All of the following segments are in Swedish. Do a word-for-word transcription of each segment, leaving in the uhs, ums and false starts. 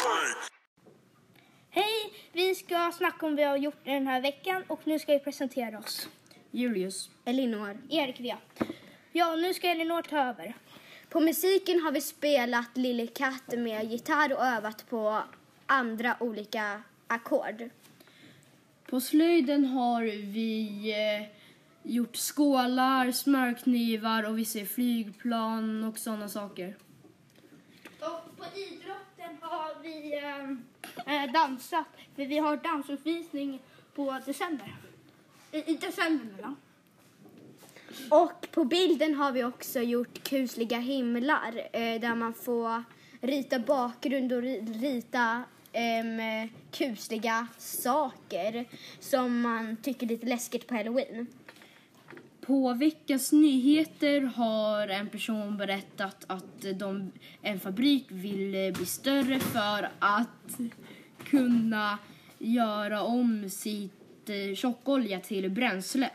Hej, vi ska snacka om vad vi har gjort den här veckan och nu ska vi presentera oss. Julius. Elinor. Erik Via. Ja, nu ska Elinor ta över. På musiken har vi spelat Lille Katt med gitarr och övat på andra olika ackord. På slöjden har vi eh, gjort skålar, smörknivar och vi ser flygplan och sådana saker. Och på idrotten har vi äh, dansat, för vi har dansuppvisning på december. I, i december mellan. Och på bilden har vi också gjort kusliga himlar eh, där man får rita bakgrund och rita eh, kusliga saker som man tycker är lite läskigt på Halloween. På veckans nyheter har en person berättat att de, en fabrik vill bli större för att kunna göra om sitt eh, tjockolja till bränsle.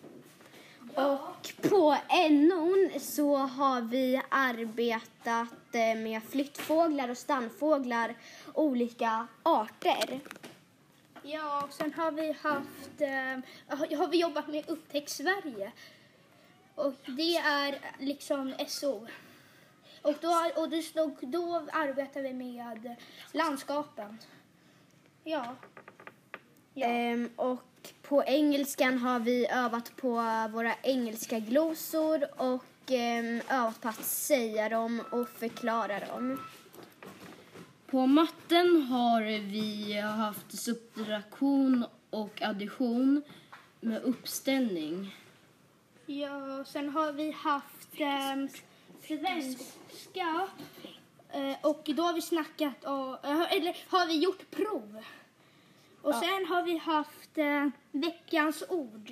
Och på N O N så har vi arbetat med flyttfåglar och stannfåglar, olika arter. Ja, och sen har vi haft, äh, har vi jobbat med Upptäck Sverige. Och det är liksom S O. Och då, och då, då arbetar vi med landskapen. Ja. ja. Ehm, och på engelskan har vi övat på våra engelska glosor och eh, övat på att säga dem och förklara dem. På matten har vi haft subtraktion och addition med uppställning. Ja, sen har vi haft eh, svenska eh, och då har vi snackat och, eller har vi gjort prov. Och ja. Sen har vi haft eh, veckans ord.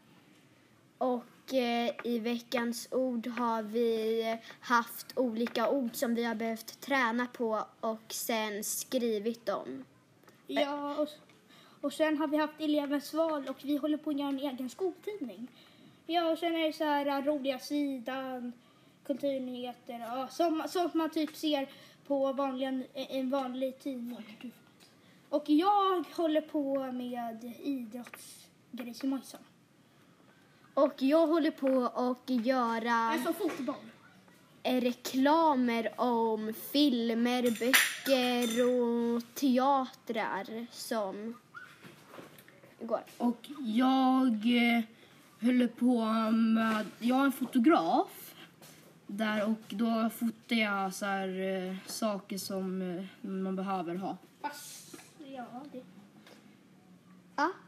Och eh, i veckans ord har vi haft olika ord som vi har behövt träna på och sen skrivit dem. Ja, och, och sen har vi haft elevens val och vi håller på att göra en egen skoltidning. Ja, och sen är det så här roliga sidan, kulturnyheter, ja, som, som man typ ser på vanliga, en vanlig tidning. Och jag håller på med idrottsgrejsimojsan. Och jag håller på att göra alltså fotboll. reklamer om filmer, böcker och teatrar som går. Och jag eh, håller på med, jag är en fotograf där och då fotar jag så här, eh, saker som eh, man behöver ha. Fast, ja, det. Ja.